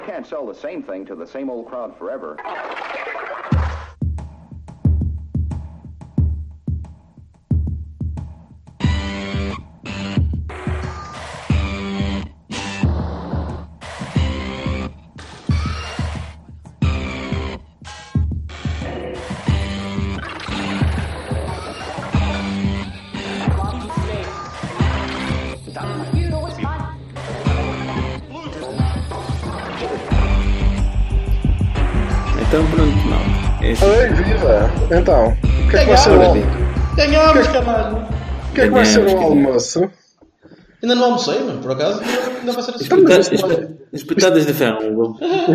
Can't sell the same thing to the same old crowd forever. Então pronto, não. Oi, viva! Então, o que é que vai ser o almoço? Ganhámos, caralho! O que é que vai ser o almoço? Ainda não almocei, mano, por acaso. Ainda vai ser assim. Espetadas de frango.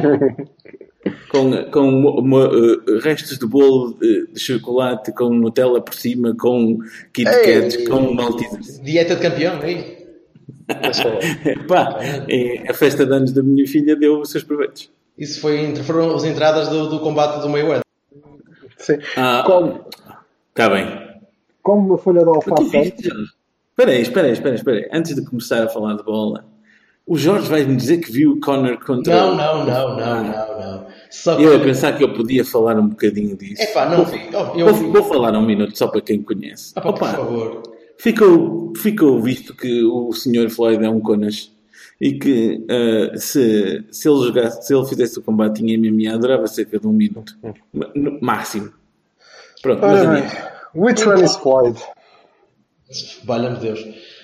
com restos de bolo de chocolate, com Nutella por cima, com Kit Kats, com Maltesers. Dieta de campeão, aí. Pá, a festa de anos da minha filha deu os seus proveitos. Isso foram as entradas do combate do Mayweather. Sim. Está bem. Como uma folha de alface. Espera aí. Antes de começar a falar de bola, o Jorge vai-me dizer que viu o Conor contra... Não. Eu ia pensar que eu podia falar um bocadinho disso. Vou falar um minuto só para quem conhece. Por favor. Ficou visto que o Sr. Floyd é um conas e que se ele fizesse o combate em MMA durava cerca de 1 minuto máximo. Pronto, which one is Floyd? Valha-me Deus.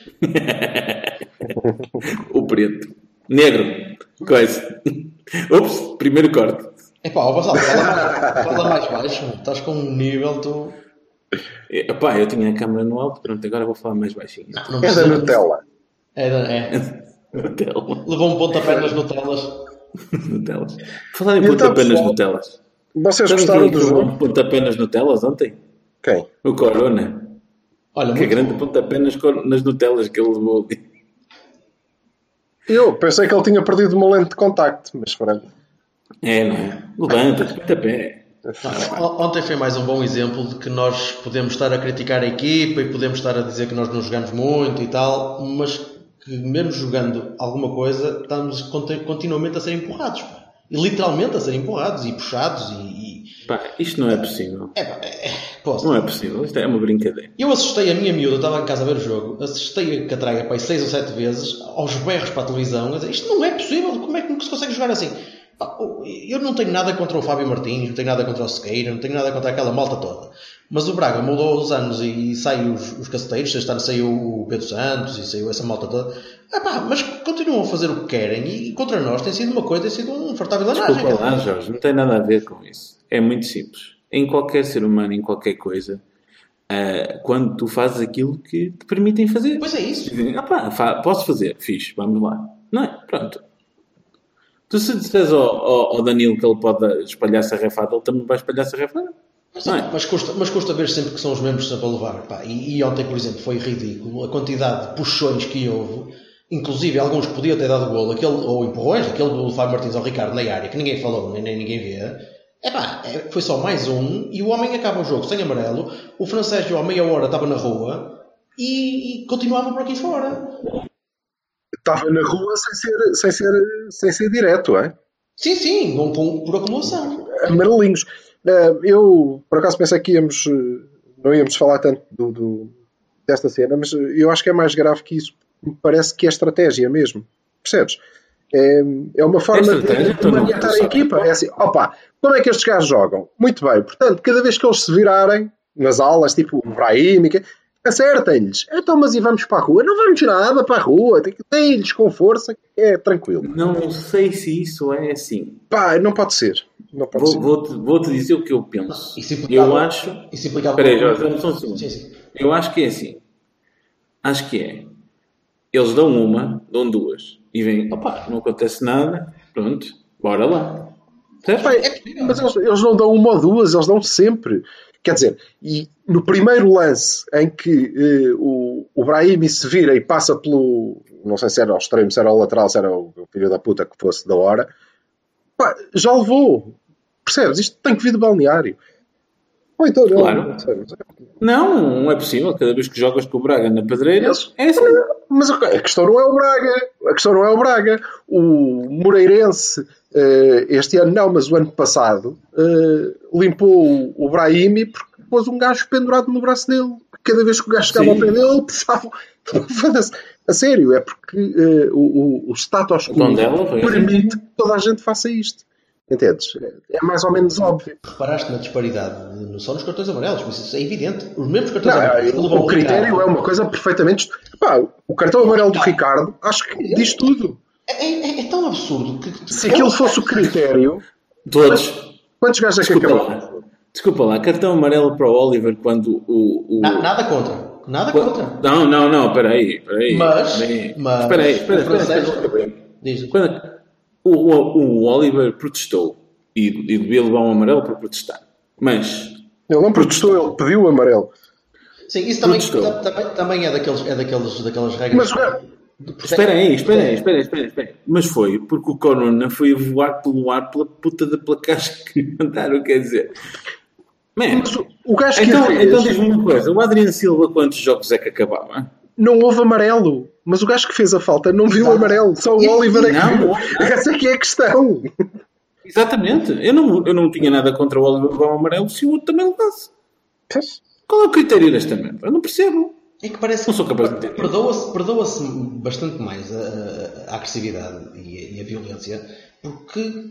O preto. Negro. Coisa. Ups, primeiro corte. Vassal, fala mais baixo. Estás com um nível, tu... Eu tinha a câmera no alto, pronto, agora vou falar mais baixinho. É da Nutella. É. Nutella. Levou um pontapé nas Nutellas. Nutellas. Falar em pontapé nas Nutellas. Vocês gostaram do jogo? Pontapé nas Nutellas ontem? Quem? O Corona. Olha, que grande pontapé nas Nutellas que ele levou ali. Eu pensei que ele tinha perdido uma lente de contacto, mas pronto. Não é? Levanta-te, pontapé. Ontem foi mais um bom exemplo de que nós podemos estar a criticar a equipa e podemos estar a dizer que nós não jogamos muito e tal, mas que mesmo jogando alguma coisa estamos continuamente a ser empurrados, pá. E literalmente a ser empurrados e puxados Pá, isto não é possível. Posso. Não é possível, isto é uma brincadeira. Eu assustei a minha miúda, estava em casa a ver o jogo, assustei a Catraga para 6 ou 7 vezes aos berros para a televisão, a dizer, isto não é possível, como é que se consegue jogar assim? Eu não tenho nada contra o Fábio Martins, não tenho nada contra o Sequeira, não tenho nada contra aquela malta toda. Mas o Braga mudou os anos e saiu os caceteiros, este ano saiu o Pedro Santos e saiu essa malta toda. Mas continuam a fazer o que querem e contra nós tem sido um fartável danagem. Desculpa lá, Jorge, não tem nada a ver com isso. É muito simples. Em qualquer ser humano, em qualquer coisa, quando tu fazes aquilo que te permitem fazer. Pois é isso. Posso fazer, fixe, vamos lá. Não é? Pronto. Tu se disseres ao Danilo que ele pode espalhar sarrafada, ele também vai espalhar sarrafada. Mas custa ver sempre que são os membros sempre a levar. Pá. E ontem, por exemplo, foi ridículo a quantidade de puxões que houve. Inclusive, alguns que podiam ter dado golo, ou empurrões, aquele do Fábio Martins ao Ricardo na área, que ninguém falou, nem ninguém vê. Foi só mais um, e o homem acaba o jogo sem amarelo. O francês, à meia hora, estava na rua e continuava por aqui fora. Estava na rua sem ser direto, é? Sim, por acumulação. Amarelinhos. Eu, por acaso, pensei que não íamos falar tanto desta cena, mas eu acho que é mais grave que isso. Me parece que é estratégia mesmo. Percebes? É uma forma de maniatar a equipa. É assim, como é que estes gajos jogam? Muito bem. Portanto, cada vez que eles se virarem nas aulas, tipo o Brahim, acertem-lhes. Então, mas e vamos para a rua? Não vamos nada para a rua. Tem-lhes com força. É tranquilo. Não sei se isso é assim. Não pode ser. Vou-te dizer o que eu penso. Eu acho... Espera aí, Jorge, só um segundo. Sim. Eu acho que é assim. Acho que é. Eles dão duas. E vêm, não acontece nada. Pronto, bora lá. Mas eles não dão uma ou duas, eles dão sempre. Quer dizer, e no primeiro lance em que o Brahimi se vira e passa pelo... Não sei se era ao extremo, se era ao lateral, se era o filho da puta que fosse da hora. Já levou. Percebes? Isto tem que vir do balneário. Ou então não. Claro. Não é possível. Cada vez que jogas com o Braga na pedreira, é assim. Mas a questão não é o Braga. A questão não é o Braga. O Moreirense Este ano não, mas o ano passado limpou o Brahimi porque pôs um gajo pendurado no braço dele. Cada vez que o gajo chegava ao pé dele, ele puxava. A sério, é porque o status quo permite que toda a gente faça isto. Entendes? É mais ou menos óbvio. Reparaste na disparidade só nos cartões amarelos, mas isso é evidente. Os mesmos cartões amarelos. O critério é uma coisa perfeitamente. O cartão amarelo do Ricardo, acho que diz tudo. É tão absurdo que. Se aquilo fosse o critério. Todos. Quantos gajos é que acabaram? Desculpa lá, cartão amarelo para o Oliver quando o... Nada contra. Nada contra. Não, espera aí. Mas... Espera aí. Quando o Oliver protestou e devia levar um amarelo para protestar. Mas... Ele não protestou, ele pediu o amarelo. Sim, isso também é daquelas regras... Mas o gajo... Espera aí. Mas foi porque o Corona foi voar pelo ar pela puta da placagem que mandaram, quer dizer... Man, o gajo que então diz-me uma coisa, o Adriano Silva quantos jogos é que acabava? Não houve amarelo, mas o gajo que fez a falta não viu o amarelo, só o Oliver é que viu. Essa é que é a questão. Exatamente, eu não tinha nada contra o Oliver levar o amarelo se o outro também levasse. Qual é o critério desta merda? Eu não percebo. É que parece não sou capaz de entender. Perdoa-se bastante mais a agressividade e a violência porque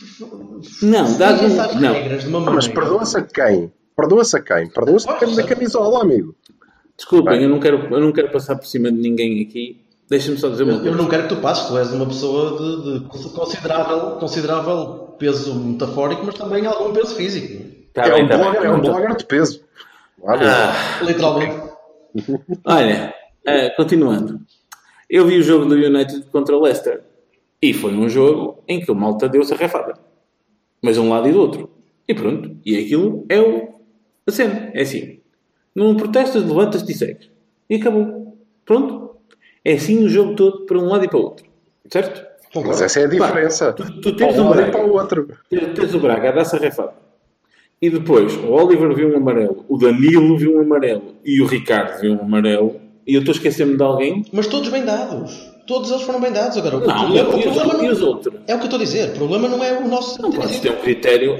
regras de uma maneira. Mas perdoa-se a quem? Perdoa-se da camisola, amigo. Desculpem, eu não quero passar por cima de ninguém aqui. Deixa-me só dizer uma coisa. Eu não quero que tu passes, tu és uma pessoa de considerável peso metafórico, mas também algum peso físico. É um blogger de peso. Literalmente. Olha, continuando. Eu vi o jogo do United contra o Leicester. E foi um jogo em que o malta deu-se a refada. Mas de um lado e do outro. E pronto. E aquilo é a cena. É assim. Não protestas, levantas-te e segues. E acabou. Pronto. É assim o jogo todo para um lado e para o outro. Certo? Mas essa é a diferença. Tu tens o Braga, para o outro. Tens o Braga a dar-se a refada. E depois o Oliver viu um amarelo. O Danilo viu um amarelo. E o Ricardo viu um amarelo. E eu estou a esquecer-me de alguém. Mas todos bem dados. Todos eles foram bem dados. Agora, e os outros? É o que eu estou a dizer. O problema não é o nosso... Não podes ter um critério.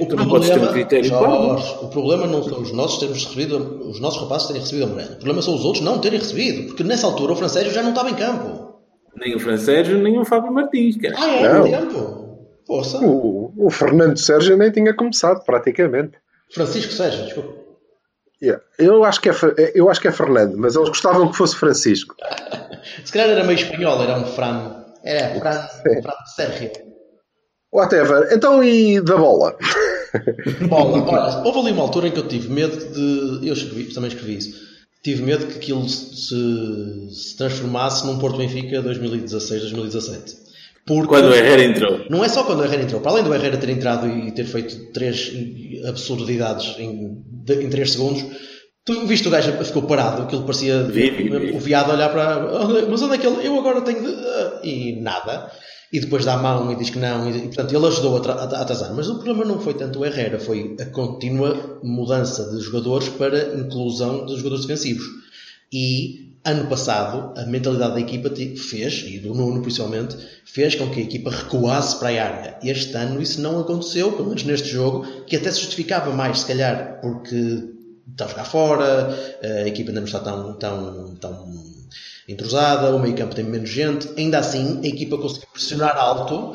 O problema não são os nossos termos recebido, os nossos rapazes terem recebido amarelo. O problema são os outros não terem recebido. Porque nessa altura o Francésio já não estava em campo. Nem o Francésio, nem o Fábio Martins. Cara. Tempo. Força. O Fernando Sérgio nem tinha começado, praticamente. Francisco Sérgio, desculpa. Yeah. Eu acho que é Fernando, mas eles gostavam que fosse Francisco. Se calhar era meio espanhol, era um Fran. Fran Sérgio. Whatever. Então, e da bola? Olha, houve ali uma altura em que eu tive medo de... Eu também escrevi isso. Tive medo que aquilo se transformasse num Porto Benfica 2016-2017. Quando o Herrera entrou. Não é só quando o Herrera entrou. Para além do Herrera ter entrado e ter feito 3 absurdidades em 3 segundos, tu viste o gajo ficou parado, aquilo parecia o viado a olhar para... Mas onde é que ele... Eu agora tenho de... E nada. E depois dá a mão e diz que não. E portanto, ele ajudou a atrasar. Mas o problema não foi tanto o Herrera, foi a contínua mudança de jogadores para inclusão dos jogadores defensivos. E... ano passado, a mentalidade da equipa fez, e do Nuno principalmente, fez com que a equipa recuasse para a área. Este ano isso não aconteceu, pelo menos neste jogo, que até se justificava mais, se calhar, porque está a jogar fora, a equipa ainda não está tão entrosada, o meio campo tem menos gente. Ainda assim, a equipa conseguiu pressionar alto,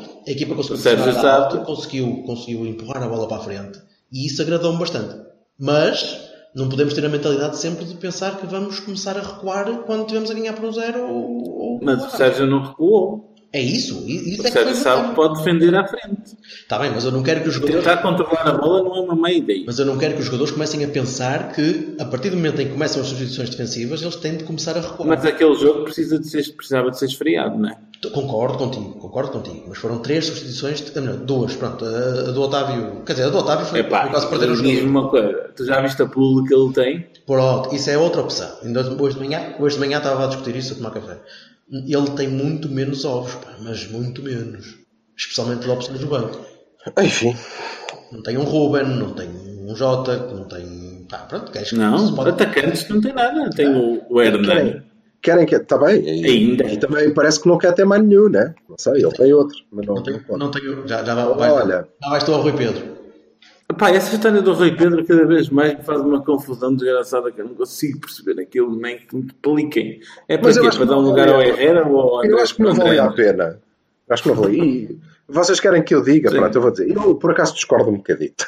conseguiu empurrar a bola para a frente, e isso agradou-me bastante. Mas... não podemos ter a mentalidade sempre de pensar que vamos começar a recuar quando estivermos a ganhar por 0 Mas o Sérgio não recuou. É isso. O Sérgio sabe que pode defender à frente. Está bem, mas eu não quero que os jogadores... tentar controlar a bola não é uma má ideia. Mas eu não quero que os jogadores comecem a pensar que, a partir do momento em que começam as substituições defensivas, eles têm de começar a recuar. Mas aquele jogo precisava de ser esfriado, não é? Concordo contigo. Mas foram 3 substituições, 2, pronto. A do Otávio... Quer dizer, a do Otávio foi quase perder o jogo. Diz-me uma coisa. Tu já viste a pula que ele tem? Pronto, isso é outra opção. Hoje de manhã estava a discutir isso a tomar café. Ele tem muito menos ovos, mas muito menos. Especialmente de opções do banco. Enfim. Não tem um Ruben, não tem um Jota, não tem... pronto, não, atacantes não tem nada. Tem o Hernani. querem que... Está bem. E também parece que não quer ter mais nenhum, né? Não sei, ele tem outro. Mas não tenho. Já Olha. Estou ao Rui Pedro. Epá, essa história do Rui Pedro cada vez mais me faz uma confusão desgraçada que eu não consigo perceber aquilo, nem que me expliquem. É para quê? Para dar um lugar ao Herrera ou ao André? Eu acho que não valia a pena. Acho que não valia. E vocês querem que eu diga? Sim. Pronto, eu vou dizer. Eu, por acaso, discordo um bocadito.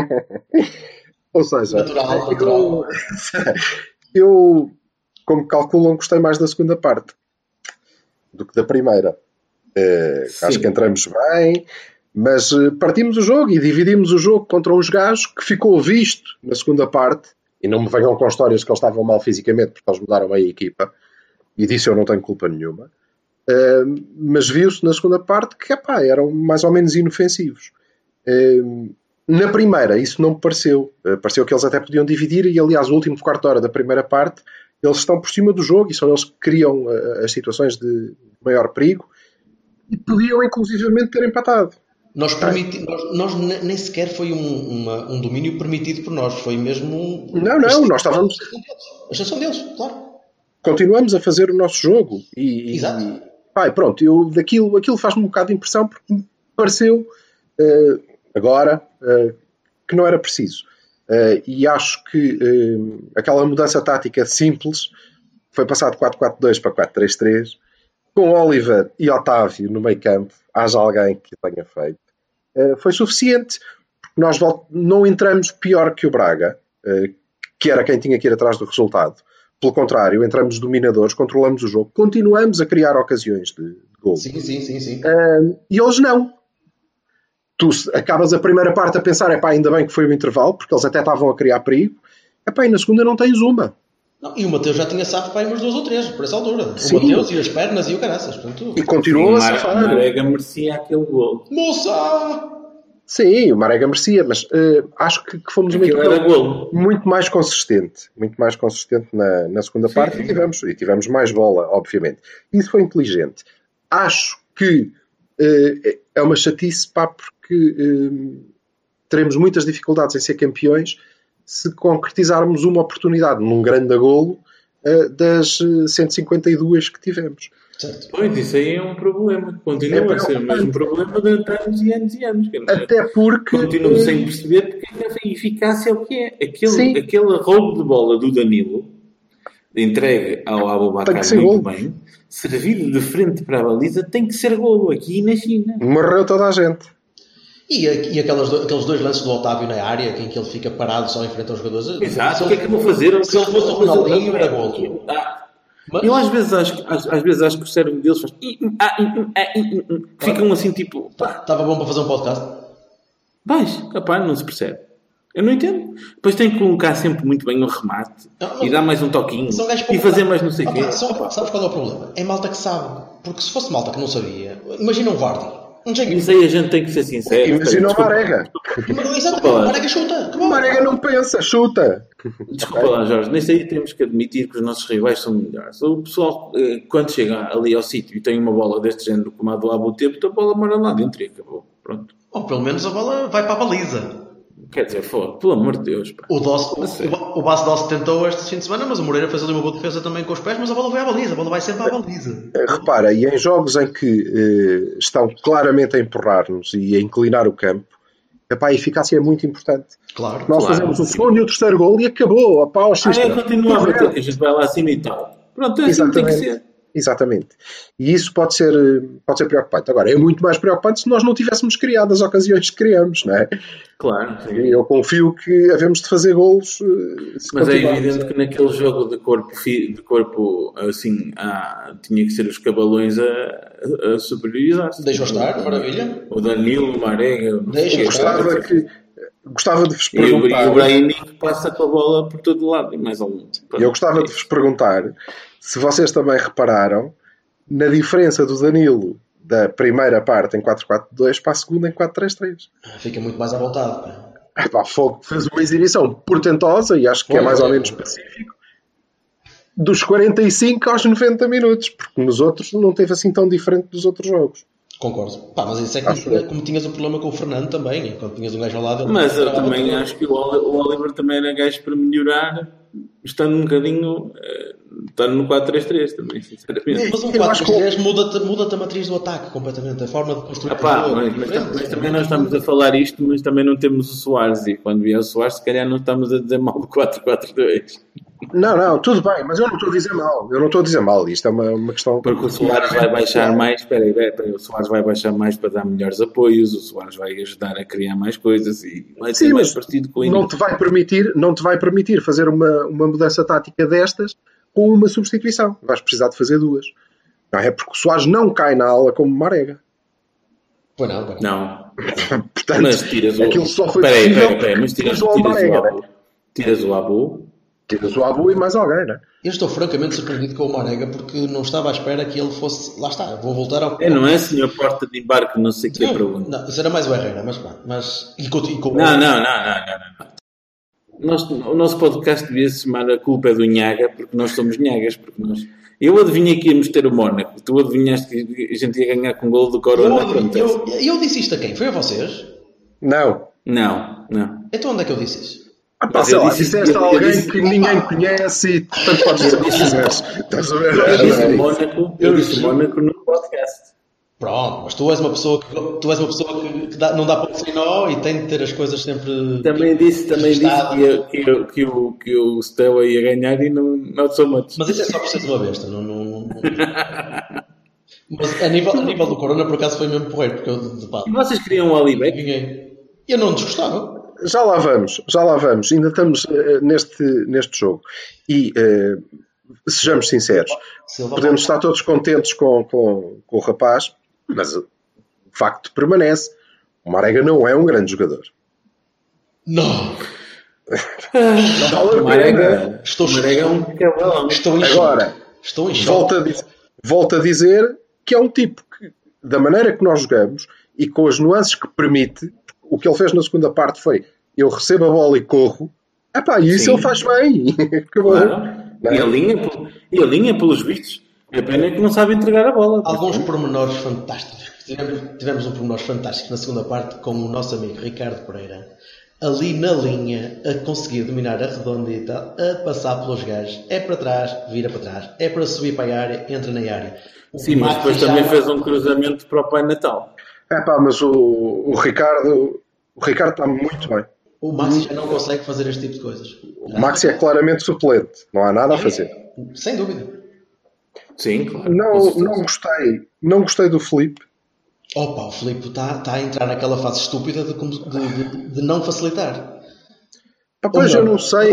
Ou seja... Natural. Eu, como calculam, gostei mais da segunda parte do que da primeira. Acho que entramos bem... Mas partimos o jogo e dividimos o jogo contra uns gajos que ficou visto na segunda parte, e não me venham com histórias que eles estavam mal fisicamente porque eles mudaram a equipa, e disso eu não tenho culpa nenhuma, mas viu-se na segunda parte que eram mais ou menos inofensivos. Na primeira isso não me pareceu. Pareceu que eles até podiam dividir, e aliás o último quarto de hora da primeira parte eles estão por cima do jogo e são eles que criam as situações de maior perigo e podiam inclusivamente ter empatado. Nós nem sequer foi um domínio permitido por nós, foi mesmo Não, nós estávamos... A exceção deles, claro. Continuamos a fazer o nosso jogo. Exato. Pronto, aquilo faz-me um bocado de impressão porque me pareceu agora que não era preciso. E acho que aquela mudança tática simples foi passar de 4-4-2 para 4-3-3 com Oliver e Otávio no meio campo, haja alguém que o tenha feito. Foi suficiente, porque nós não entramos pior que o Braga, que era quem tinha que ir atrás do resultado. Pelo contrário, entramos dominadores, controlamos o jogo, continuamos a criar ocasiões de gol. Sim. E eles não. Tu acabas a primeira parte a pensar, ainda bem que foi o intervalo, porque eles até estavam a criar perigo, e na segunda não tens uma. Não, e o Mateus já tinha safo para ir umas 2 ou 3, por essa altura. Sim. O Mateus e as pernas e o caraças. Portanto, e continuou a safar. O Marega merecia aquele gol. Moça! Sim, o Marega merecia, mas acho que fomos muito mais consistente. Muito mais consistente na segunda parte e tivemos mais bola, obviamente. Isso foi inteligente. Acho que é uma chatice, porque teremos muitas dificuldades em ser campeões se concretizarmos uma oportunidade num grande golo das 152 que tivemos. Certo. Pois, isso aí é um problema. Continua a ser o mesmo problema durante anos e anos e anos. Até porque... Continuo sem perceber porque a eficácia é o que é. Aquele roubo de bola do Danilo, entregue ao Aboubakar muito bem, servido de frente para a baliza, tem que ser golo aqui na China. Morreu toda a gente. E aqueles 2 lances do Otávio na área, em que ele fica parado só em frente aos jogadores. Exato, o que é que vou fazer? Se ele fosse o Ronaldinho, era golo. Eu às vezes acho que o cérebro deles faz... Ficam assim tipo... Estava bom para fazer um podcast? Não se percebe. Eu não entendo. Depois tem que colocar sempre muito bem o remate e dar mais um toquinho e fazer mais não sei o quê. Sabes qual é o problema? É malta que sabe. Porque se fosse malta que não sabia... Imagina um Vardy. Isso aí a gente tem que ser sincero. Imagina o Marega. Exatamente, o Marega chuta. O Marega não pensa, chuta. Desculpa lá, Jorge. Nesse aí temos que admitir que os nossos rivais são melhores. O pessoal, quando chega ali ao sítio e tem uma bola deste género como a do Abutepo, a bola mora lá dentro e acabou. Pronto. Ou pelo menos a bola vai para a baliza. Quer dizer, pelo amor de Deus. Pá. O Bas Dossi tentou este fim de semana, mas o Moreira fez ali uma boa defesa também com os pés, mas a bola vai à baliza, a bola vai sempre à baliza. Repara, e em jogos em que estão claramente a empurrar-nos e a inclinar o campo, a eficácia é muito importante. Claro. Nós fazemos o segundo e o terceiro gol e acabou. Continua a bater, a gente vai lá acima e tal. Pronto, é assim que tem que ser. Exatamente. E isso pode ser preocupante. Agora, é muito mais preocupante se nós não tivéssemos criado as ocasiões que criamos, não é? Claro. Sim. Eu confio que havemos de fazer golos. Mas é evidente que naquele jogo de corpo assim, tinha que ser os cabalões a superiorizar-se. Deixa-o estar, maravilha. O Danilo, o Marega. Gostava de vos perguntar. E o Brahim que passa com a bola por todo lado. E mais algum. Eu gostava de vos perguntar se vocês também repararam na diferença do Danilo da primeira parte em 4-4-2 para a segunda em 4-3-3. Fica muito mais à vontade. Fogo fez uma exibição portentosa e acho que é mais ou menos específico dos 45 aos 90 minutos, porque nos outros não teve assim tão diferente dos outros jogos. Concordo. Mas isso é como tinhas o problema com o Fernando também, quando tinhas um gajo ao lado. Mas eu também acho que o Oliver também era gajo para melhorar, estando um bocadinho botar no 4-3-3 também, sinceramente. Mas um 4-3-3 muda-te a matriz do ataque completamente, a forma de construir o jogo. Mas também nós estamos a falar isto, mas também não temos o Soares, e quando vier o Soares, se calhar não estamos a dizer mal do 4-4-2. Não, tudo bem, mas eu não estou a dizer mal. Isto é uma questão... Porque o Soares vai baixar mais, espera aí, o Soares vai baixar mais para dar melhores apoios, o Soares vai ajudar a criar mais coisas e vai ser mais partido com o não te vai permitir fazer uma mudança tática destas com uma substituição. Vais precisar de fazer duas. Não é porque o Soares não cai na ala como Marega. Pois não. Não. Portanto, mas tiras aquilo só foi possível. Mas tiras o Abu. Tiras o Abu. Tiras o Abu e mais alguém, não é? Eu estou francamente surpreendido com o Marega porque não estava à espera que ele fosse... Lá está, vou voltar ao... Não é senhor porta de embarque, não sei o que pergunta. Não, isso era mais o Herrera, mas... Não. O nosso podcast devia se chamar A Culpa é do Nhaga, porque nós somos Nhagas. Eu adivinhei que íamos ter o Mónaco. Tu adivinhaste que a gente ia ganhar com o golo do Corona. Eu disse isto a quem? Foi a vocês? Não. Então onde é que eu disse isso? Disseste a alguém que ninguém conhece e tanto podes dizer o que quiseres. Estás a ver? Eu disse Mónaco no podcast. Pronto, mas tu és uma pessoa que não dá ponto sem nó e tem de ter as coisas sempre... Também disse que o Stella ia ganhar e não sou much. Mas isso é só por seres uma besta. Não... Mas a nível do Corona, por acaso, foi mesmo porreiro. Porque E vocês queriam o Alibeck? Eu não desgostava. Já lá vamos. Ainda estamos neste jogo. E sejamos sinceros, podemos estar todos contentes com o rapaz, mas o facto permanece. O Marega não é um grande jogador. Não. O Marega é um cabalão. Estou em choque. Volto a dizer que é um tipo que, da maneira que nós jogamos e com as nuances que permite, o que ele fez na segunda parte foi: eu recebo a bola e corro. E isso ele faz bem. Claro. E a linha pelos vistos. A pena é que não sabe entregar a bola. Alguns pormenores fantásticos. Tivemos um pormenor fantástico na segunda parte com o nosso amigo Ricardo Pereira. Ali na linha, a conseguir dominar a redondita, a passar pelos gajos. É para trás, vira para trás. É para subir para a área, entra na área. Sim, mas depois também fez um cruzamento para o Pai Natal. Mas o Ricardo está muito bem. O Maxi já não consegue fazer este tipo de coisas. O Maxi é claramente suplente. Não há nada a fazer. Sem dúvida. Sim, claro. Não gostei do Filipe. O Filipe está a entrar naquela fase estúpida de não facilitar. Pois eu não sei.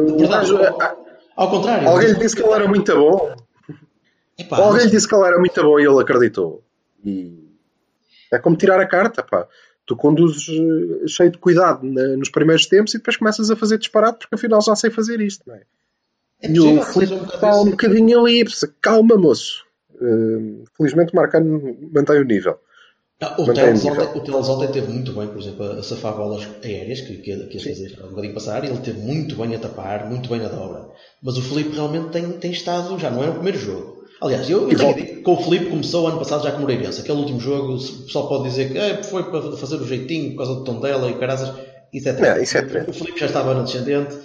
Ao contrário. Alguém lhe disse que ele era muito bom. Alguém lhe disse que ele era muito bom e ele acreditou. E é como tirar a carta, pá. Tu conduzes cheio de cuidado nos primeiros tempos e depois começas a fazer disparate porque afinal já sei fazer isto, não é? E o Filipe está um bocadinho ali. Calma, moço. Felizmente o Marcano mantém o nível. O Teles ontem teve muito bem, por exemplo, a safar bolas aéreas que as fez um bocadinho passar, e ele teve muito bem a tapar, muito bem na dobra. Mas o Filipe realmente tem estado, já não é o primeiro jogo. Aliás, eu tenho dito que o Filipe começou ano passado já com o Moreirense. Aquele último jogo, o pessoal pode dizer que foi para fazer o jeitinho por causa do Tondela e caraças. Isso é tremendo. O Filipe já estava no descendente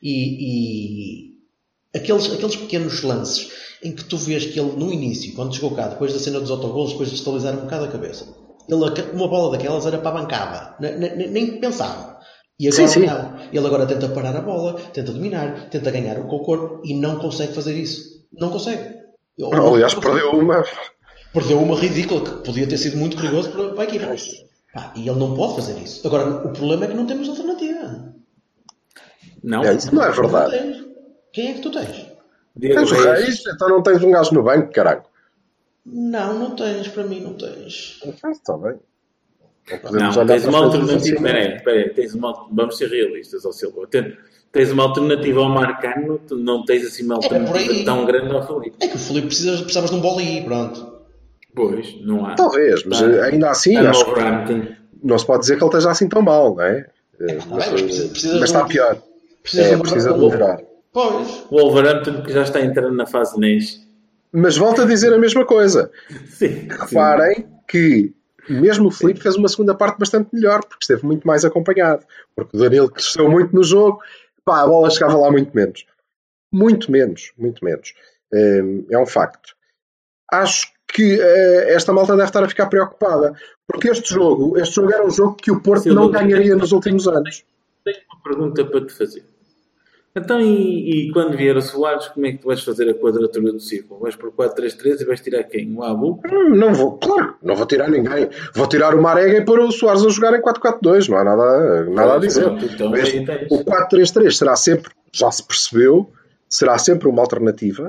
e aqueles pequenos lances em que tu vês que ele no início, quando chegou cá, depois da cena dos autogolos, depois de estabilizar um bocado a cabeça, uma bola daquelas era para a bancada, nem pensava. E agora não. Ele agora tenta parar a bola, tenta dominar, tenta ganhar com o corpo e não consegue fazer isso. Não consegue. Aliás, perdeu uma ridícula que podia ter sido muito perigoso para a equipa. E ele não pode fazer isso. Agora, o problema é que não temos alternativa. Não. Isso não é verdade. Quem é que tu tens? Tens o Reis, então não tens um gajo no banco, caralho. Não tens, para mim não tens. Está bem. Não, tens uma alternativa. Espera aí, vamos ser realistas, ó Silva. Tens uma alternativa ao Marcano, tu não tens assim uma alternativa tão grande ao Filipe. É que o Filipe precisavas de um Boli, pronto. Pois, não há. Talvez, mas ainda assim acho que não se pode dizer que ele esteja assim tão mal, não é? Mas está pior. Precisa de melhorar. Pois. O Wolverhampton que já está entrando na fase NES. Mas volto a dizer a mesma coisa. Sim. Reparem que mesmo o Filipe fez uma segunda parte bastante melhor, porque esteve muito mais acompanhado. Porque o Danilo cresceu muito no jogo. A bola chegava lá muito menos. Muito menos. É um facto. Acho que esta malta deve estar a ficar preocupada, porque este jogo era um jogo que o Porto não ganharia nos últimos anos. Tenho uma pergunta para te fazer. Então, e quando vier o Soares, como é que tu vais fazer a quadratura do círculo? Vais por 4-3-3 e vais tirar quem? O Abu? Não vou, claro, não vou tirar ninguém. Vou tirar o Marega e pôr o Soares a jogar em 4-4-2, não há nada a dizer. Então, o 4-3-3 será sempre, já se percebeu, será sempre uma alternativa.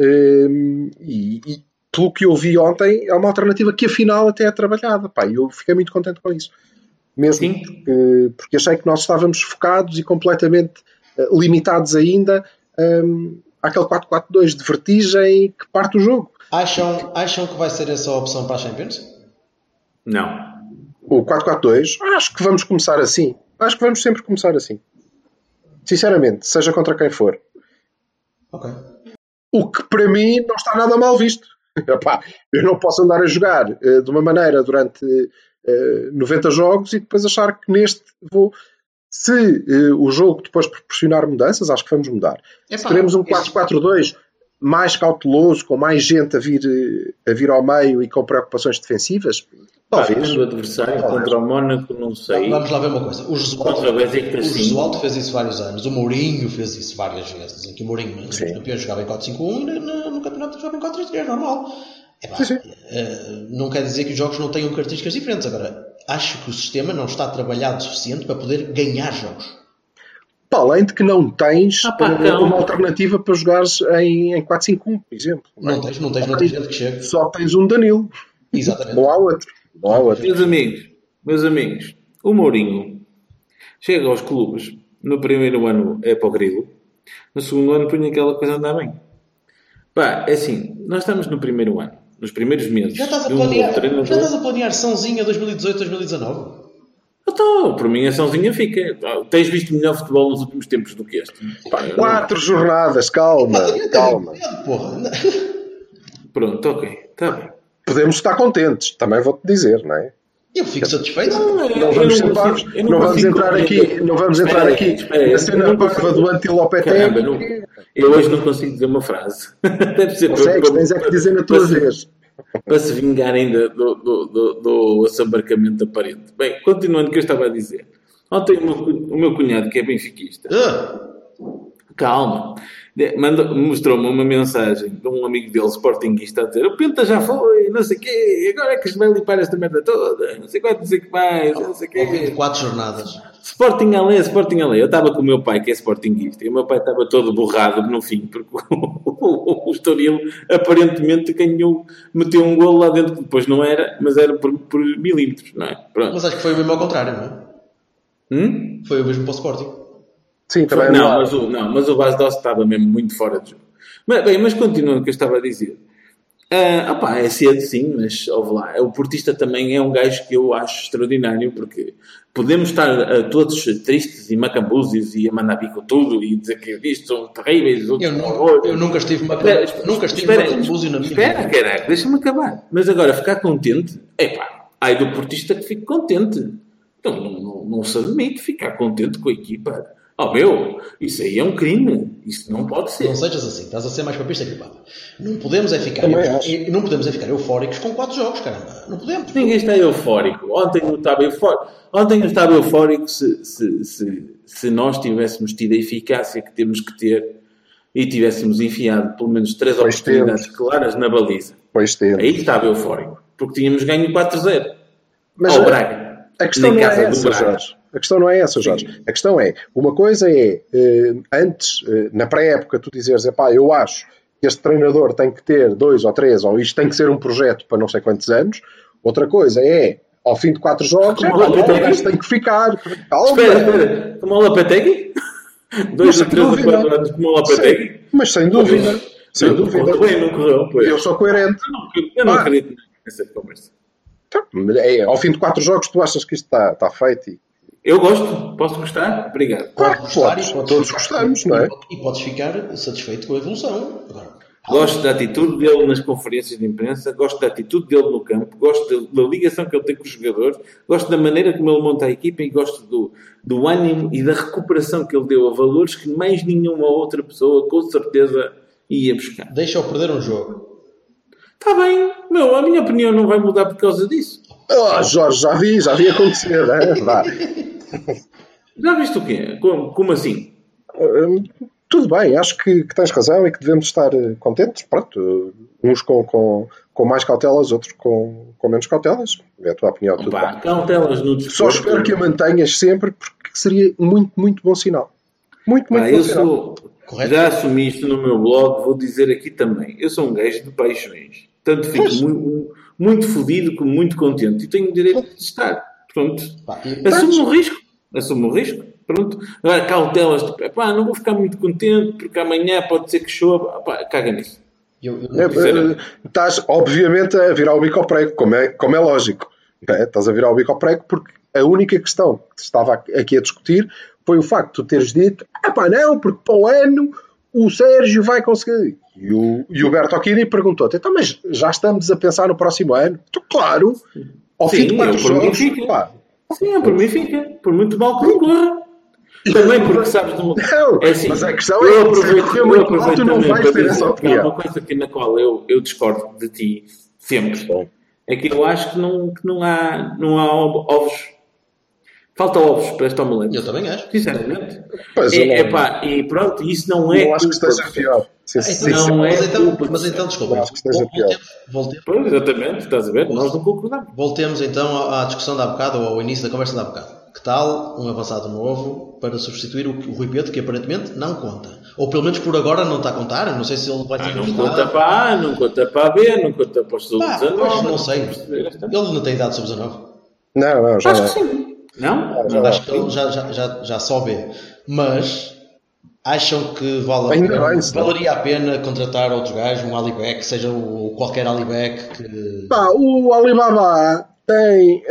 E pelo que eu vi ontem, é uma alternativa que afinal até é trabalhada. Pá, eu fiquei muito contente com isso. Mesmo porque achei que nós estávamos focados e completamente limitados ainda àquele 4-4-2 de vertigem que parte o jogo. Acham que vai ser essa a opção para a Champions? Não. O 4-4-2, acho que vamos começar assim. Acho que vamos sempre começar assim. Sinceramente, seja contra quem for. Ok. O que para mim não está nada mal visto. Epá, eu não posso andar a jogar de uma maneira durante 90 jogos e depois achar que neste vou... Se o jogo depois proporcionar mudanças, acho que vamos mudar. Se teremos um 4-4-2 mais cauteloso, com mais gente a vir ao meio e com preocupações defensivas, talvez. O adversário contra o Mónaco, não sei. Vamos lá ver uma coisa. O Jesualdo fez isso vários anos. O Mourinho fez isso várias vezes. Em que o Mourinho no campeonato jogava em 4-5-1 e no campeonato jogava em 4-3-3, normal. Não quer dizer que os jogos não tenham características diferentes. Agora, acho que o sistema não está trabalhado o suficiente para poder ganhar jogos. Para além de que não tens uma alternativa para jogares em 4-5-1, por exemplo. Não tens gente que chegue. Só tens um Danilo. Exatamente. Não há outro. Meus amigos, o Mourinho chega aos clubes, no primeiro ano é para o grilo, no segundo ano põe aquela coisa a andar bem. Pá, é assim, nós estamos no primeiro ano, nos primeiros meses. Já estás a planear Sãozinha 2018-2019? Então, por mim a Sãozinha fica. Tens visto melhor futebol nos últimos tempos do que este? Pá, 4 jornadas, calma. Pronto, ok, está bem. Podemos estar contentes, também vou-te dizer, não é? Eu fico satisfeito. Não vamos entrar aqui na cena parva do anti-Lopetegui. Eu hoje não consigo dizer uma frase. Deve ser tens é que dizer na tua vez. Para se vingar ainda do assambarcamento aparente. Bem, continuando o que eu estava a dizer. Ontem o meu cunhado, que é benfiquista, calma, mostrou-me uma mensagem de um amigo dele, sportinguista, a dizer: o Penta já foi, não sei o quê, agora é que se vai limpar esta merda toda, não sei quanto, não sei o que mais, não sei o quê. 24 jornadas. Sporting a lei. Eu estava com o meu pai, que é sportinguista, e o meu pai estava todo borrado no fim, porque o Estoril aparentemente meteu um golo lá dentro, que depois não era, mas era por milímetros, não é? Pronto. Mas acho que foi o mesmo ao contrário, não é? Foi o mesmo para o Sporting. Sim, também mas o Bas Dost estava mesmo muito fora de jogo. Mas continuando o que eu estava a dizer. É cedo sim, mas ouve lá. O portista também é um gajo que eu acho extraordinário, porque podemos estar todos tristes e macambúzios e a mandar bico tudo e dizer que isto são terríveis. Eu nunca estive macambúzio na minha vida. Espera, caraca, deixa-me acabar. Mas agora, ficar contente, ai do portista que fique contente. Então não se admite ficar contente com a equipa. Isso aí é um crime. Isso não pode ser. Não sejas assim. Estás a ser mais papista que o Papa. Não podemos é ficar eufóricos com 4 jogos, caramba. Não podemos. Ninguém está eufórico. Ontem eu estava eufórico se nós tivéssemos tido a eficácia que temos que ter e tivéssemos enfiado pelo menos 3 oportunidades claras na baliza. Aí estava eufórico. Porque tínhamos ganho 4-0. Mas ao Braga. A questão não é essa, Jorge. A questão não é essa, Jorge. Sim. A questão é, uma coisa é, antes, na pré-época, tu dizeres, eu acho que este treinador tem que ter 2 ou 3, ou isto tem que ser um projeto para não sei quantos anos. Outra coisa é, ao fim de 4 jogos, isto tem que ficar. Calma. Espera. Como o Lopetegui? 2 ou 3 ou 4 anos como o Lopetegui? Mas sem dúvida. Sem dúvida. Não correu, pois. Eu sou coerente. Eu não acredito nessa conversa. Ao fim de 4 jogos, tu achas que isto está feito? Eu gosto. Posso gostar? Obrigado. Claro, todos gostamos, não é? E podes ficar satisfeito com a evolução. Gosto da atitude dele nas conferências de imprensa, gosto da atitude dele no campo, gosto da ligação que ele tem com os jogadores, gosto da maneira como ele monta a equipa e gosto do ânimo e da recuperação que ele deu a valores que mais nenhuma outra pessoa, com certeza, e ia buscar. Deixa-o perder um jogo. Está bem, a minha opinião não vai mudar por causa disso. Jorge, já vi acontecer, né? Vá. Já viste o quê? Como assim? Tudo bem, acho que tens razão e que devemos estar contentes. Pronto, uns com mais cautelas, outros com menos cautelas. É a tua opinião. Tudo bem. Cautelas no desporto. Só espero que a mantenhas sempre, porque seria muito, muito bom sinal. Muito bom sinal. Correto? Já assumi isto no meu blog, vou dizer aqui também. Eu sou um gajo de paixões. Tanto fico muito fodido como muito contente. E tenho o direito de estar. Pronto. Assumo o risco. Pronto. Agora, cautelas, não vou ficar muito contente porque amanhã pode ser que chova. Caga nisso. Estás, obviamente, a virar o bico ao prego, como é lógico. Estás a virar o bico ao prego porque a única questão que estava aqui a discutir foi o facto de tu teres dito não, porque para o ano o Sérgio vai conseguir. E o Bertocchini perguntou-te, então, mas já estamos a pensar no próximo ano? Então, claro, ao fim de 4 jogos, Sim, por mim fica. Por muito mal que não corra. Também porque sabes... Não, mas a questão é que tu não vais ter essa opinião. Há uma coisa na qual eu discordo de ti sempre. É que eu acho que não há ovos. Falta ovos para esta omelete. Eu também acho. Sinceramente. E pronto, isso não é... Eu acho que esteja pior. Mas então, desculpa. Voltemos. Pois, exatamente, estás a ver? Nós não concordamos. Voltemos então à discussão de há bocado, ou ao início da conversa de há bocado. Que tal um avançado novo para substituir o Rui Pedro, que aparentemente não conta? Ou pelo menos por agora não está a contar. Não sei se ele vai ter não conta para A, não conta para a B, não conta para os sub-19. Não sei. Ele não tem idade sub-19? Não, já acho que sim. Não? Acho que ele já só vê. Mas acham que valeria a pena contratar outros gajos, um Alibek, seja qualquer Alibek que... o Alibaba tem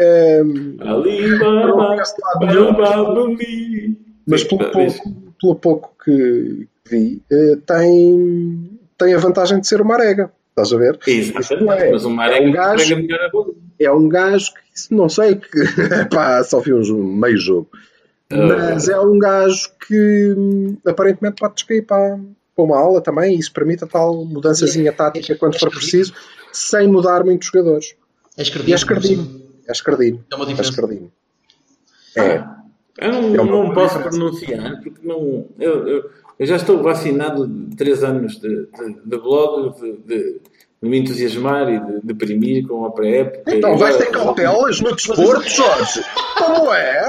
mas pelo pouco que vi tem a vantagem de ser o Marega, estás a ver? Exatamente, mas o Marega é um gajo que não sei que só vi meio jogo, mas é um gajo que aparentemente pode descair para uma aula também, e isso permite a tal mudançazinha tática quando for preciso, sem mudar muitos jogadores. É escardino. É uma diferença. Eu não posso pronunciar, porque não... Eu já estou vacinado de 3 anos de blog, de me entusiasmar e de deprimir com a pré-época. Então vais ter cautelas no desporto, Jorge? Como é?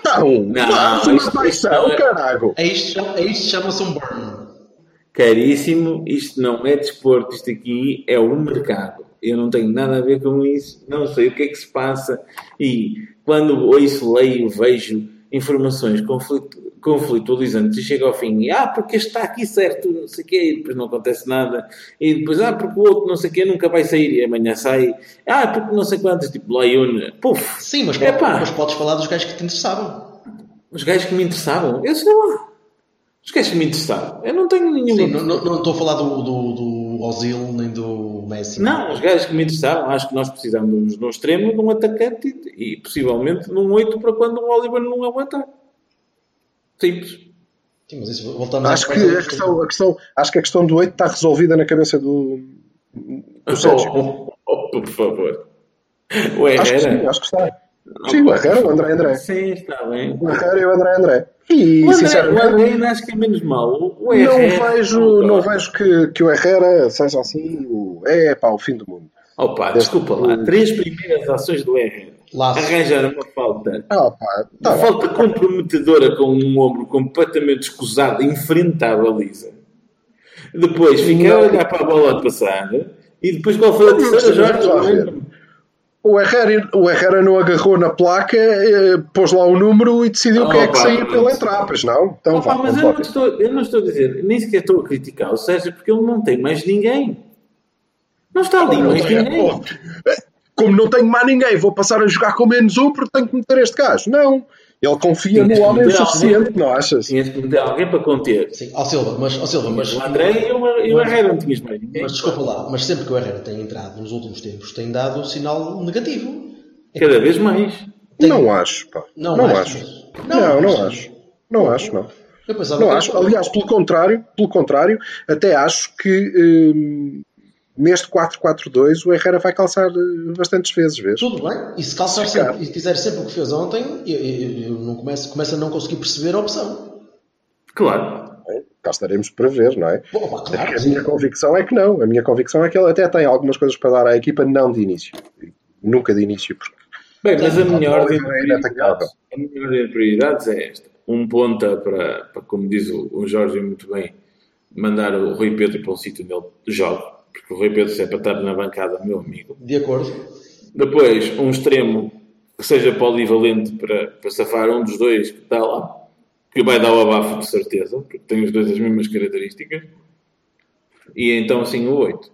Caralho. Isto chama-se um burn. Caríssimo, isto não é desporto, isto aqui é o mercado. Eu não tenho nada a ver com isso, não sei o que é que se passa. E quando ouço, leio, vejo informações conflitualizantes e chego ao fim e porque este está aqui certo, não sei o quê, e depois não acontece nada, e depois porque o outro não sei o quê nunca vai sair, e amanhã sai, porque não sei quantos, tipo Laione, puf. Sim, mas podes falar dos gajos que te interessavam. Os gajos que me interessavam? Eu sei lá. Os gajos que me interessavam. Eu não tenho nenhuma... Sim, não estou a falar do Ozil nem do Messi. Não, os gajos que me interessavam, acho que nós precisamos de um extremo, de um atacante e possivelmente de um 8 para quando o Oliver não aguentar. Simples. Sim, mas isso voltamos acho que a questão do 8 está resolvida na cabeça do Sérgio. Por favor. O Herrera? Acho que está. Sim, o Herrera, o André. Sim, está bem. O Herrera e o André. E, o André acho que é menos mau. Não vejo que o Herrera seja assim o fim do mundo. Desculpa lá. 3 primeiras ações do Herrera. Arranjar uma falta. Uma falta comprometedora com um ombro completamente escusado em frente à baliza. Depois ficar a olhar para a bola passar. E depois qual foi a terceira, Jorge? O Herrera não agarrou na placa, pôs lá o número e decidiu quem é que saía para ele entrar, pois não? Então, mas eu não estou a dizer, nem sequer estou a criticar o Sérgio porque ele não tem mais ninguém. Não está ali mais ninguém. Como não tenho mais ninguém, vou passar a jogar com menos um porque tenho que meter este gajo. Não. Ele confia no homem o suficiente, não achas? Tinhas que meter alguém para conter. Sim, Silva, mas o André e o Herrera não tinhas mais ninguém. Mas desculpa lá, mas sempre que o Herrera tem entrado nos últimos tempos, tem dado um sinal negativo. Cada vez mais. Não acho, pá. Não acho. Não acho. Não acho. Aliás, pelo contrário, até acho que neste 4-4-2 o Herrera vai calçar bastantes vezes. Tudo bem. E se calçar sempre, e fizer sempre o que fez ontem, eu não começo a não conseguir perceber a opção. Claro. Cá estaremos para ver, não é? Bom, claro, a minha convicção é que não. A minha convicção é que ele até tem algumas coisas para dar à equipa, não de início. Nunca de início. Porque bem, mas a minha ordem de prioridades é esta. Um ponta para como diz o Jorge muito bem, mandar o Rui Pedro para um sítio onde ele joga. Porque o Rui Pedro, se é para estar na bancada, meu amigo. De acordo. Depois, um extremo que seja polivalente para safar um dos dois que está lá. Que vai dar o abafo de certeza, porque tem os dois as mesmas características. E então, assim, o 8.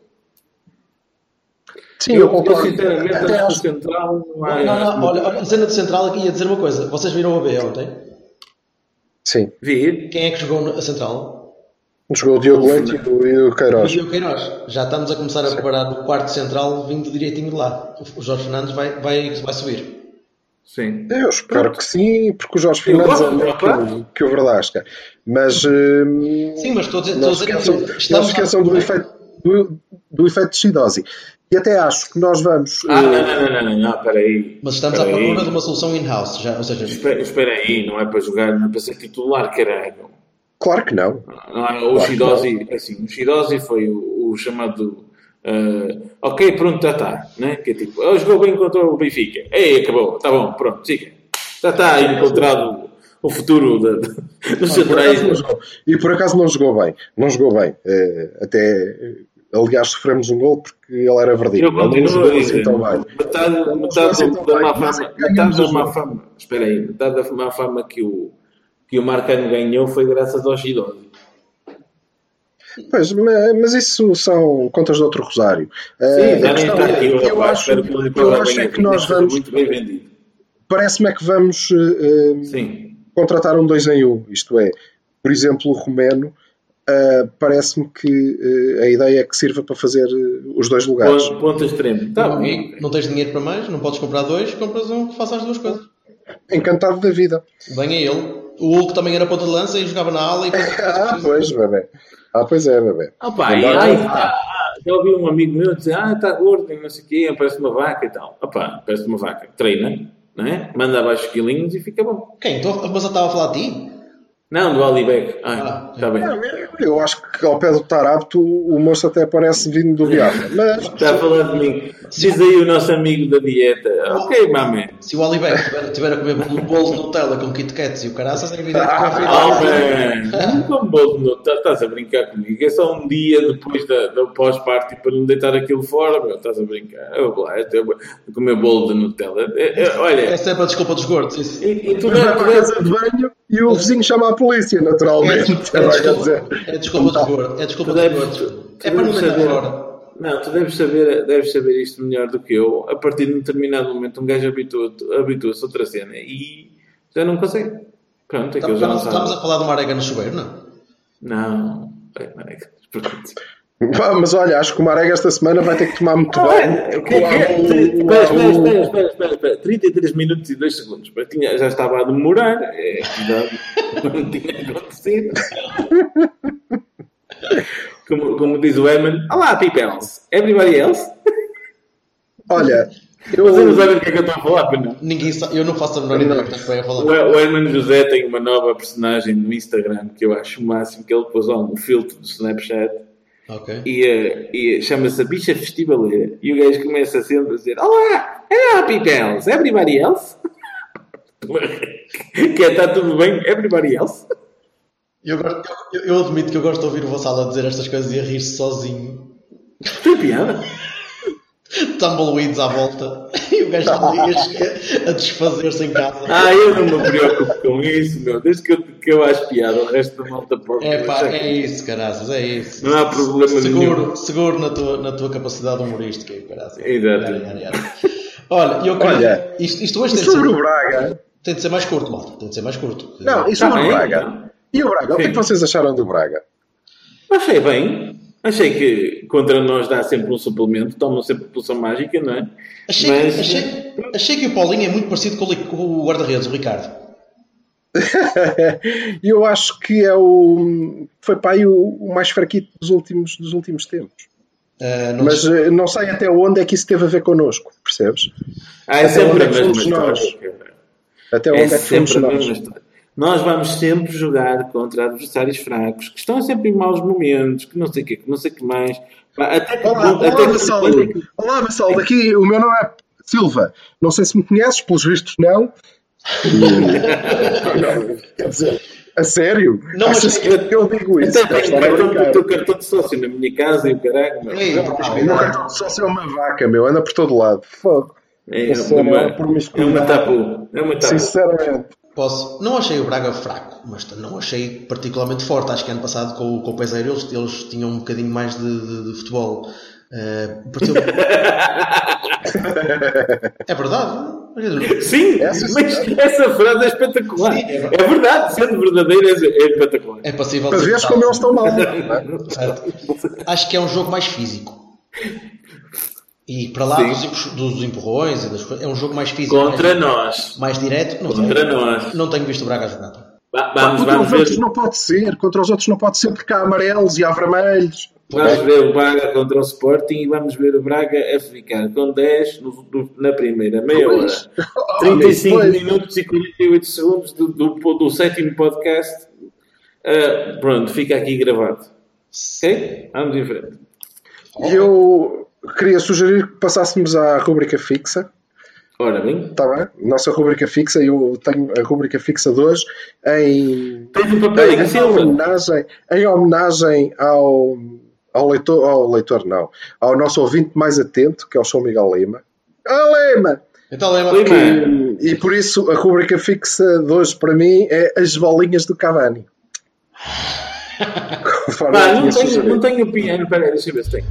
Sim, eu concordo. Sinceramente, acho que o central não há... Não, olha, a cena de central aqui ia dizer uma coisa. Vocês viram o AB ontem? Sim. Vi. Quem é que jogou a central? Jogou o Diogo Leite e o Queiroz. E o Queiroz. Já estamos a começar a preparar o quarto central vindo direitinho de lá. O Jorge Fernandes vai subir. Sim. Eu espero que sim, porque o Jorge Fernandes é melhor que o Verdasca. Mas... sim, mas estou a dizer... Não se esqueçam do efeito de Sidósi. E até acho que nós vamos... Não, espera aí. Mas estamos à procura de uma solução in-house. Ou seja... Espera aí, não é para jogar, não é para ser titular, caralho. Claro que não. O Sidósi, assim, o Sidósi foi o chamado... ok, pronto, já está, né? Que é tipo, ele jogou bem contra o Benfica. Ei, acabou, está bom, pronto, siga. Já está encontrado o futuro dos centrais. E por acaso não jogou bem. Não jogou bem. Aliás, sofremos um gol porque ele era verdinho. Eu continuo a dizer, metade da má fama. Espera aí, metade da má fama que o Marcano ganhou foi graças ao Sidósi. Pois, mas isso são contas de outro rosário. Sim, já nem está aqui. Eu acho é que nós vamos... Muito bem vendido. Parece-me é que vamos contratar um 2 em 1. Isto é, por exemplo, o Romeno, parece-me que a ideia é que sirva para fazer os dois lugares. Ponto extremo. Não tens dinheiro para mais, não podes comprar dois, compras um que faça as duas coisas. Encantado da vida. Venha ele. O Hulk também era ponta de lança e jogava na ala e... pois, bebê. Pois é, bebê. Já ouvi um amigo meu dizer, está gordo, não sei o quê, parece uma vaca e tal. Parece uma vaca. Treina, não é? Manda abaixo os quilinhos e fica bom. Quem? Mas eu estava a falar de ti? Não, do Alibeck. Está bem. Eu acho que ao pé do Tarapto o moço até parece vindo do Biafra. Mas... Está a falar de mim. Diz aí o nosso amigo da dieta. Ok, mamãe. Se o Alibeck tiver a comer um bolo de Nutella com Kit Kats e o caraças, é evidente que vai ficar. Não como bolo de Nutella. Estás a brincar comigo. É só um dia depois do pós-party para não deitar aquilo fora. Meu. Estás a brincar. Eu vou lá. Comer bolo de Nutella. Olha. Essa é para a desculpa dos gordos. Isso. E tu vais para a casa de banho e o vizinho chama a polícia, naturalmente. É desculpa dos gordos. É desculpa dos gordos. É para não deitar fora. Não, tu deves saber isto melhor do que eu. A partir de um determinado momento, um gajo habitua-se a outra cena e já não consegue. Pronto, é que eu já não sabe. Estamos a falar de uma arega no chuveiro, não? Não, é uma arega. Mas olha, acho que o Marega esta semana vai ter que tomar muito bem. Espera. 33 minutos e 2 segundos. Já estava a demorar. Não tinha acontecido. Como diz o Herman, olá, people else. Everybody else? Olha, Vocês não sabem do que é que eu estou a falar, não? Ninguém sabe, eu não faço a menor ideia do que vai falar. O Herman José tem uma nova personagem no Instagram que eu acho o máximo, que ele pôs lá um filtro do Snapchat. Okay. E chama-se a bicha festivaleira. E o gajo começa sempre a dizer: olá, hello people, everybody else? Que está tudo bem, everybody else? Eu admito que eu gosto de ouvir o Vassal a dizer estas coisas e a rir-se sozinho. Tem piada? Tumbleweeds à volta e o gajo a desfazer-se em casa. Eu não me preocupo com isso, meu. Desde que eu acho piada, o resto da malta pode. É isso, caraças, é isso. Não há problema nenhum. Seguro na tua capacidade humorística, caraças. Exato. Olha, isto hoje tem de ser. Sobre o Braga. Tem de ser mais curto, malta. Tem de ser mais curto. Não, e sobre o Braga? E o Braga? O que é que vocês acharam do Braga? Achei bem. Achei que contra nós dá sempre um suplemento, tomam sempre pulsão mágica, não é? Achei que o Paulinho é muito parecido com o guarda-redes, o Ricardo. Eu acho que foi para aí o mais fraquito dos últimos tempos. Mas não sei até onde é que isso teve a ver connosco, percebes? É sempre a mesma história. Até onde é que fomos nós? Nós vamos sempre jogar contra adversários fracos, que estão sempre em maus momentos, que não sei o que mais. Olá, Vassaldo, aqui o meu nome é Silva. Não sei se me conheces, pelos vistos não. Quer dizer, a sério? Não, achas que eu digo isso? O teu cartão de sócio na minha casa e o caralho. O meu cartão de sócio é uma vaca, meu. Anda por todo lado. Fogo. É uma tapu. Sinceramente. Não achei o Braga fraco, mas não achei particularmente forte. Acho que ano passado com o Peseiro eles tinham um bocadinho mais de futebol. É verdade? Sim, mas essa frase é espetacular. Sim, é verdade, sendo verdadeira, é espetacular. É passível para ver como eles estão mal. Acho que é um jogo mais físico. E para lá dos empurrões e das coisas, é um jogo mais físico. Contra nós. Mais direto. Nós. Não tenho visto o Braga jogar. Contra os outros não pode ser. Contra os outros não pode ser porque há amarelos e há vermelhos. Vamos ver o Braga contra o Sporting e vamos ver o Braga a ficar com 10 na primeira meia hora. 35 minutos e 48 segundos do sétimo podcast. Pronto, fica aqui gravado. Ok? Vamos em frente. Eu queria sugerir que passássemos à rubrica fixa. Ora bem. Está bem? Nossa rubrica fixa, eu tenho a rubrica fixa de hoje em homenagem ao nosso ouvinte mais atento, que é o São Miguel Lima. Lima! Então, Lima. E por isso a rubrica fixa de hoje para mim é as bolinhas do Cavani. Não tenho opinião. Espera aí, deixa eu ver se tenho.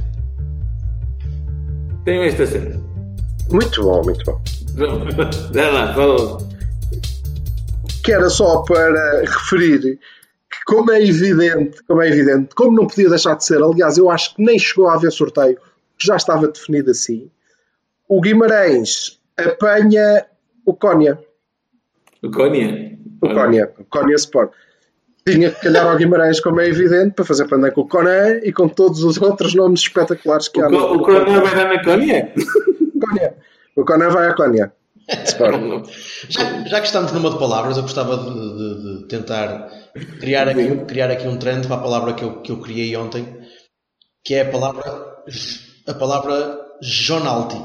Tenho esta cena. Muito bom, muito bom. Vai lá, fala. Que era só para referir que, como é evidente, como não podia deixar de ser, aliás, eu acho que nem chegou a haver sorteio, já estava definido assim, o Guimarães apanha o Cónia. O Cónia Sport. Tinha que calhar ao Guimarães, como é evidente, para fazer pandan com o Conan e com todos os outros nomes espetaculares que há. O Conan vai dar na Cónia? O Conan vai à Cónia. Já que estamos numa de palavras, eu gostava de tentar criar aqui um trend para a palavra que eu criei ontem, que é a palavra Jonalti.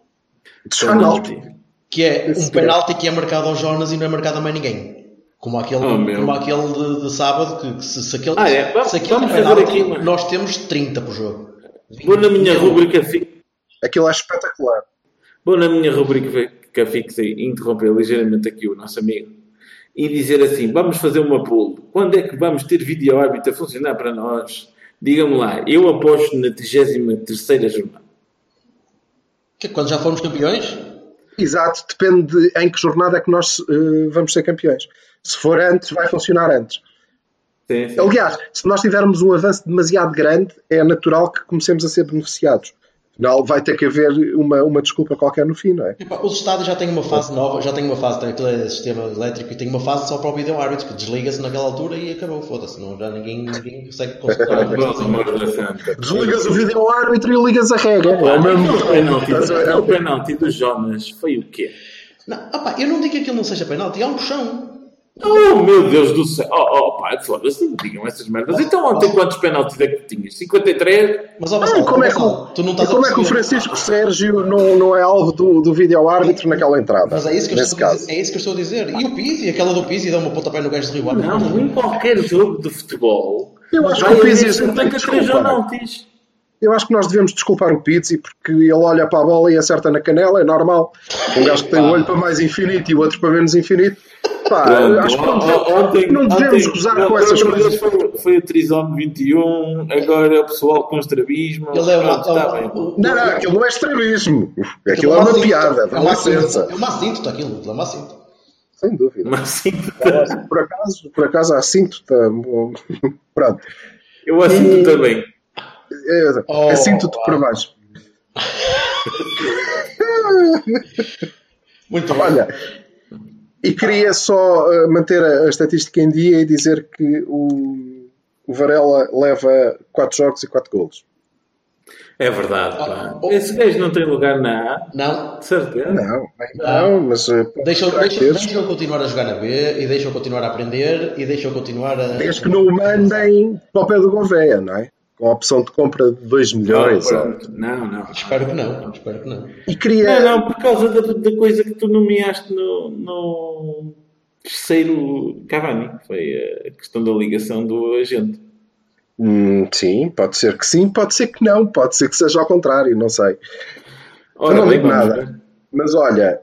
Que é um penalti que é marcado ao Jonas e não é marcado a mais ninguém. Como aquele de sábado, que se aquele é penalti, aqui, nós temos 30 por jogo. Vou na minha rubrica fixa. Aquilo é espetacular. Vou na minha rubrica fixa e interromper ligeiramente aqui o nosso amigo e dizer assim, vamos fazer uma pool. Quando é que vamos ter vídeo-árbitro a funcionar para nós? Digam-me lá, eu aposto na 33ª jornada. Quando já formos campeões? Exato, depende de em que jornada é que nós vamos ser campeões. Se for antes, vai funcionar antes. Sim. Aliás, se nós tivermos um avanço demasiado grande, é natural que comecemos a ser beneficiados. Afinal, vai ter que haver uma desculpa qualquer no fim, não é? Os estádios já têm uma fase nova, aquilo é sistema elétrico e tem uma fase só para o vídeo-árbitro, que desliga-se naquela altura e acabou, foda-se. Não, já ninguém consegue consultar. Desligas o vídeo-árbitro e ligas a regra. O penalti do Jonas foi o quê? Eu não digo que aquilo não seja penalti, é um puxão. Oh, meu Deus do céu. Pá, foda-se, não me digam essas merdas. Então ontem quantos penaltis é que tinhas? 53? Mas como é que o Francisco Sérgio não é alvo do vídeo-árbitro naquela entrada? Mas é isso que eu estou a dizer. E o Pizzi, aquela do Pizzi dá uma pontapé no gajo de Rio Ave. Não, em qualquer jogo de futebol. Eu acho que o Pizzi tem que desculpar. Eu acho que nós devemos desculpar o Pizzi porque ele olha para a bola e acerta na canela, é normal. Um gajo que tem um olho para mais infinito e o outro para menos infinito. Acho que não devemos gozar com essas coisas. Foi o Trisome 21, agora o pessoal com estrabismo. Não, aquilo não é estrabismo. Aquilo é uma piada. É uma assíntota aquilo. É uma assíntota. Sem dúvida. Uma assíntota. Por acaso a assíntota. Pronto. Eu assinto também. Assinto-te por baixo. Muito bom. Olha. E queria só manter a estatística em dia e dizer que o Varela leva 4 jogos e 4 golos. É verdade, pá. Esse gajo não tem lugar na A? Não. De certeza? Não, mas... Deixam continuar a jogar na B e deixam continuar a aprender e deixam continuar a... Desde que não o mandem para o pé do Gouveia, não é? Com a opção de compra de 2 milhões. Não. Espero que não. E queria... Não, por causa da coisa que tu nomeaste no terceiro Cavani. Foi a questão da ligação do agente. Sim, pode ser que não, pode ser que seja ao contrário, não sei. Ora, eu não digo nada. Mas olha,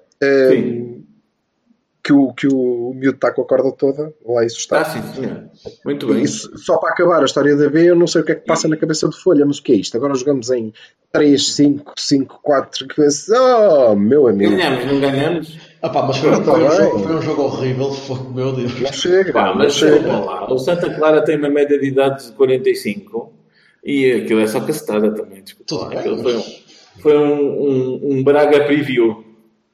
que o miúdo está com a corda toda, lá isso está. Sim, senhor. Muito bem. Isso, só para acabar a história da B, eu não sei o que é que passa na cabeça de Folha, mas o que é isto? Agora jogamos em 3, 5, 5, 4, oh, meu amigo. Ganhamos, não ganhamos? Mas foi um jogo horrível, meu Deus. Não chega, mas lá. O Santa Clara tem uma média de idade de 45 e aquilo é só cacetada também. Desculpa. Aquilo foi um Braga preview.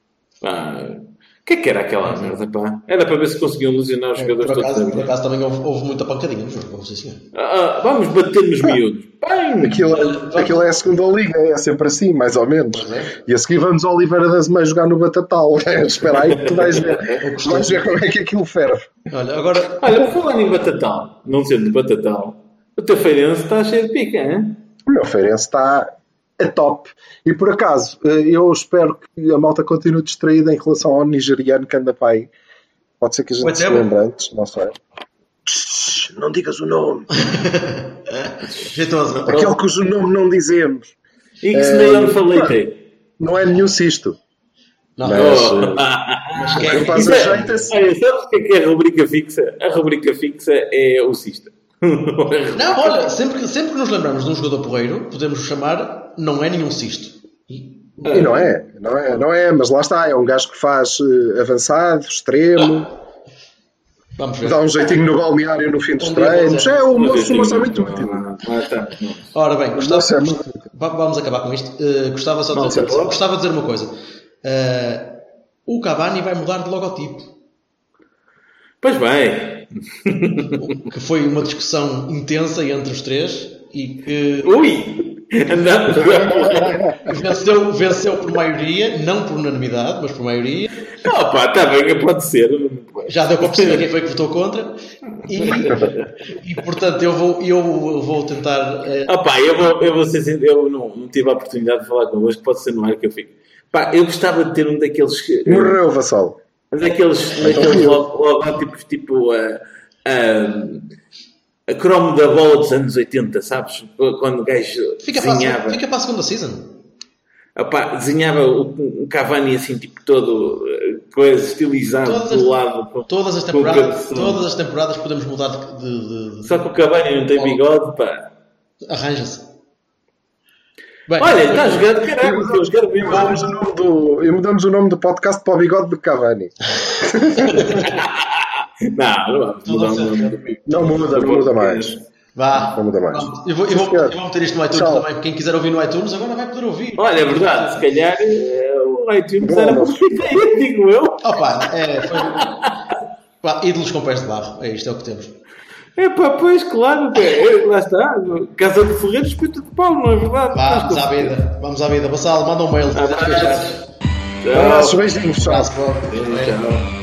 O que era aquela merda, pá? Era para ver se conseguiam ilusionar os jogadores todos. Por acaso também houve muita pancadinha no jogo, vamos dizer. Vamos bater nos miúdos. Aquilo é a segunda liga, é sempre assim, mais ou menos. E a seguir vamos ao Oliveira das Mães jogar no Batatal. Espera aí que tu vais ver. Vais ver como é que aquilo ferve. Olha, por falar em Batatal, não sendo de Batatal, o teu Feirense está cheio de pica, hein? O meu Feirense está a top. E por acaso, eu espero que a malta continue distraída em relação ao nigeriano que anda para aí. Pode ser que a gente se lembre antes, não sei. Não digas o nome. Aquele cujo nome não dizemos. E que se nem eu falei. Não é nenhum cisto. Mas quem faz a jeito assim. Olha, sabes o que é a rubrica fixa? A rubrica fixa é o cista. Não, olha, sempre que nos lembramos de um jogador porreiro, podemos o chamar, não é nenhum cisto. E não é, mas lá está, é um gajo que faz avançado, extremo, dá um jeitinho no balneário no fim dos treinos, o moço é muito útil. Ora bem, vamos acabar com isto. Gostava de dizer uma coisa. O Cavani vai mudar de logotipo. Pois bem. Que foi uma discussão intensa entre os três e que... venceu por maioria, não por unanimidade, mas por maioria. Está bem, pode ser. Já deu para perceber quem foi que votou contra. E portanto, eu vou tentar... Eu vou ser sincero, eu não tive a oportunidade de falar convosco, pode ser no ar que eu fico. Eu gostava de ter um daqueles... Morreu, Vassal. Daqueles logótipos tipo a cromo da bola dos anos 80, sabes? Quando o gajo desenhava... Fica para a segunda season. Desenhava um Cavani assim, tipo todo coisa estilizado do lado. Todas as temporadas podemos mudar de... Só que o Cavani não tem bigode, pá. Arranja-se. Bem, olha, está a jogar de caralho, estou a jogar bem. E mudamos o nome do podcast para o bigode de Cavani. Não vamos mudar. Não muda mais. Vá. Não muda mais. Eu vou meter isto no iTunes também. Quem quiser ouvir no iTunes agora vai poder ouvir. Olha, é verdade. Se calhar o iTunes era uma ideia, digo eu. Ídolos com pés de barro. É isto, é o que temos. Pois, claro. Lá está. Casa de Ferreira, espeto de pau, não é verdade? Vamos à vida. Vassal, manda um mail. Abraços, beijinhos. Tchau.